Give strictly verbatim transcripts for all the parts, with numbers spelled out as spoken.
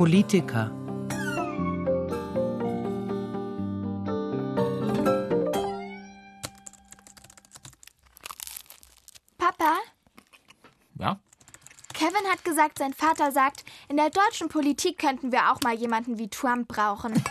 Politiker. Papa? Ja? Kevin hat gesagt, sein Vater sagt, in der deutschen Politik könnten wir auch mal jemanden wie Trump brauchen.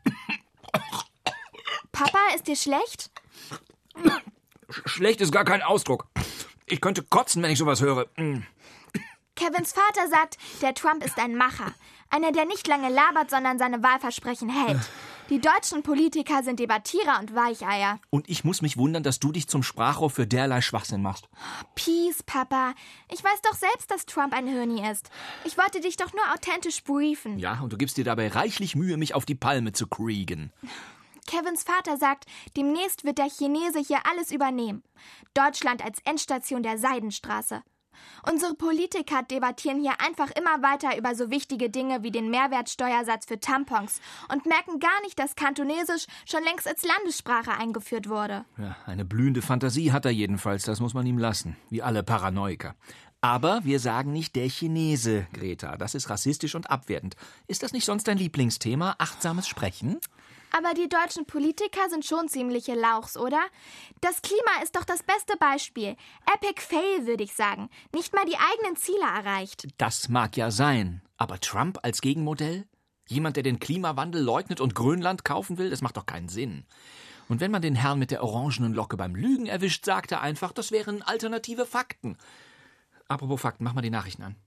Papa, ist dir schlecht? Schlecht ist gar kein Ausdruck. Ich könnte kotzen, wenn ich sowas höre. Kevins Vater sagt, der Trump ist ein Macher. Einer, der nicht lange labert, sondern seine Wahlversprechen hält. Die deutschen Politiker sind Debattierer und Weicheier. Und ich muss mich wundern, dass du dich zum Sprachrohr für derlei Schwachsinn machst. Peace, Papa. Ich weiß doch selbst, dass Trump ein Hirni ist. Ich wollte dich doch nur authentisch briefen. Ja, und du gibst dir dabei reichlich Mühe, mich auf die Palme zu kriegen. Kevins Vater sagt, demnächst wird der Chinese hier alles übernehmen. Deutschland als Endstation der Seidenstraße. Unsere Politiker debattieren hier einfach immer weiter über so wichtige Dinge wie den Mehrwertsteuersatz für Tampons und merken gar nicht, dass Kantonesisch schon längst als Landessprache eingeführt wurde. Ja, eine blühende Fantasie hat er jedenfalls, das muss man ihm lassen, wie alle Paranoiker. Aber wir sagen nicht der Chinese, Greta, das ist rassistisch und abwertend. Ist das nicht sonst dein Lieblingsthema, achtsames Sprechen? Aber die deutschen Politiker sind schon ziemliche Lauchs, oder? Das Klima ist doch das beste Beispiel. Epic Fail, würde ich sagen. Nicht mal die eigenen Ziele erreicht. Das mag ja sein. Aber Trump als Gegenmodell? Jemand, der den Klimawandel leugnet und Grönland kaufen will? Das macht doch keinen Sinn. Und wenn man den Herrn mit der orangenen Locke beim Lügen erwischt, sagt er einfach, das wären alternative Fakten. Apropos Fakten, mach mal die Nachrichten an.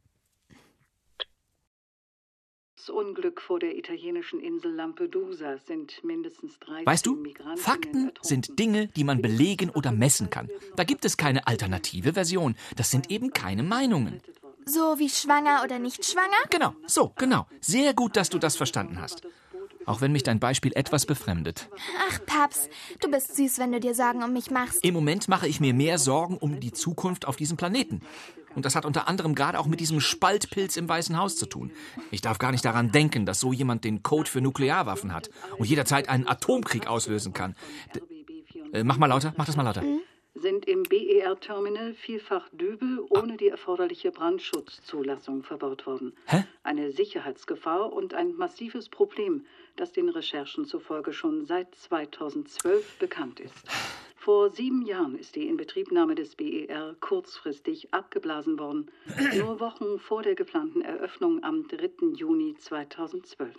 Das Unglück vor der italienischen Insel Lampedusa sind mindestens dreizehn Weißt du, Migrantinnen Fakten ertrunken. sind Dinge, die man belegen oder messen kann. Da gibt es keine alternative Version. Das sind eben keine Meinungen. So wie schwanger oder nicht schwanger? Genau, so, genau. Sehr gut, dass du das verstanden hast. Auch wenn mich dein Beispiel etwas befremdet. Ach, Paps, du bist süß, wenn du dir Sorgen um mich machst. Im Moment mache ich mir mehr Sorgen um die Zukunft auf diesem Planeten. Und das hat unter anderem gerade auch mit diesem Spaltpilz im Weißen Haus zu tun. Ich darf gar nicht daran denken, dass so jemand den Code für Nuklearwaffen hat und jederzeit einen Atomkrieg auslösen kann. D- äh, mach mal lauter, mach das mal lauter. Mhm. Sind im B E R-Terminal vielfach Dübel ohne die erforderliche Brandschutzzulassung verbaut worden. Hä? Eine Sicherheitsgefahr und ein massives Problem, das den Recherchen zufolge schon seit zweitausendzwölf bekannt ist. Vor sieben Jahren ist die Inbetriebnahme des B E R kurzfristig abgeblasen worden, nur Wochen vor der geplanten Eröffnung am dritten Juni zweitausendzwölf.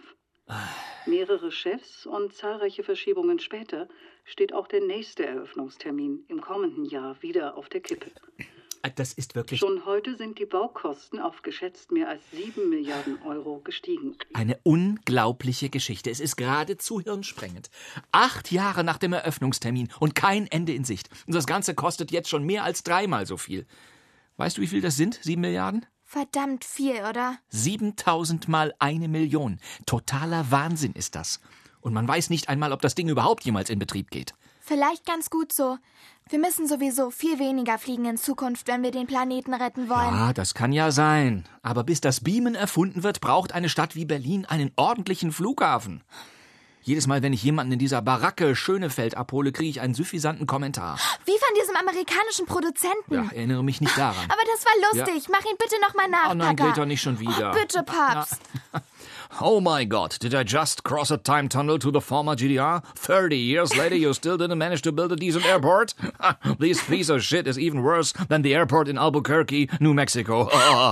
Mehrere Chefs und zahlreiche Verschiebungen später steht auch der nächste Eröffnungstermin im kommenden Jahr wieder auf der Kippe. Das ist wirklich Schon heute sind die Baukosten auf geschätzt mehr als sieben Milliarden Euro gestiegen. eine unglaubliche Geschichte. Es ist geradezu hirnsprengend. Acht Jahre nach dem Eröffnungstermin und kein Ende in Sicht. Und das Ganze kostet jetzt schon mehr als dreimal so viel. Weißt du, wie viel das sind? Sieben Milliarden? Verdammt viel, oder? Siebentausend mal eine Million. Totaler Wahnsinn ist das. Und man weiß nicht einmal, ob das Ding überhaupt jemals in Betrieb geht. Vielleicht ganz gut so. Wir müssen sowieso viel weniger fliegen in Zukunft, wenn wir den Planeten retten wollen. Ja, das kann ja sein. Aber bis das Beamen erfunden wird, braucht eine Stadt wie Berlin einen ordentlichen Flughafen. Jedes Mal, wenn ich jemanden in dieser Baracke Schönefeld abhole, kriege ich einen suffisanten Kommentar. Wie von diesem amerikanischen Produzenten. Ja, erinnere mich nicht daran. Aber das war lustig. Mach ihn bitte nochmal nach, Oh nein, Papa. Greta, nicht schon wieder. Oh, bitte, Paps. Oh my God, did I just cross a time tunnel to the former G D R? Thirty years later you still didn't manage to build a decent airport? This piece of shit is even worse than the airport in Albuquerque, New Mexico.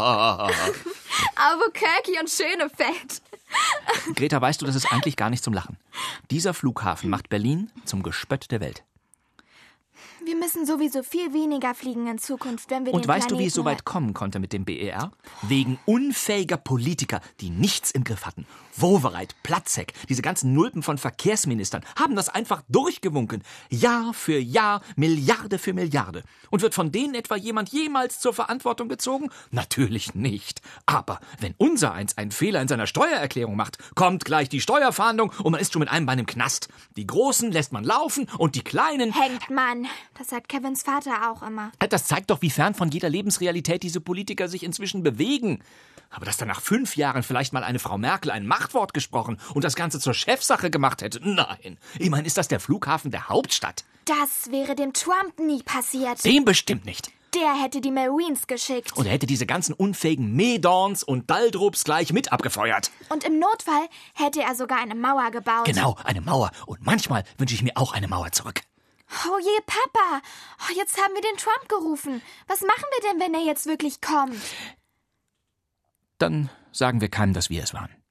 Albuquerque und Schönefeld. Greta, weißt du, das ist eigentlich gar nicht zum Lachen. Dieser Flughafen macht Berlin zum Gespött der Welt. Wir müssen sowieso viel weniger fliegen in Zukunft, wenn wir Und den weißt du, wie es Planeten so weit retten. kommen konnte mit dem B E R? Wegen unfähiger Politiker, die nichts im Griff hatten. Wowereit, Platzek, diese ganzen Nulpen von Verkehrsministern haben das einfach durchgewunken. Jahr für Jahr, Milliarde für Milliarde. Und wird von denen etwa jemand jemals zur Verantwortung gezogen? Natürlich nicht. Aber wenn unsereins einen Fehler in seiner Steuererklärung macht, kommt gleich die Steuerfahndung und man ist schon mit einem Bein im Knast. Die Großen lässt man laufen und die Kleinen... Hängt man. Das sagt Kevins Vater auch immer. Das zeigt doch, wie fern von jeder Lebensrealität diese Politiker sich inzwischen bewegen. Aber dass dann nach fünf Jahren vielleicht mal eine Frau Merkel ein Machtwort gesprochen und das Ganze zur Chefsache gemacht hätte, nein. Immerhin ist das der Flughafen der Hauptstadt. Das wäre dem Trump nie passiert. Dem bestimmt nicht. der hätte die Marines geschickt. Und er hätte diese ganzen unfähigen Medorns und Daldrups gleich mit abgefeuert. Und im Notfall hätte er sogar eine Mauer gebaut. Genau, eine Mauer. Und manchmal wünsche ich mir auch eine Mauer zurück. Oh je, Papa. Oh, jetzt haben wir den Trump gerufen. Was machen wir denn, wenn er jetzt wirklich kommt? Dann sagen wir keinem, dass wir es waren.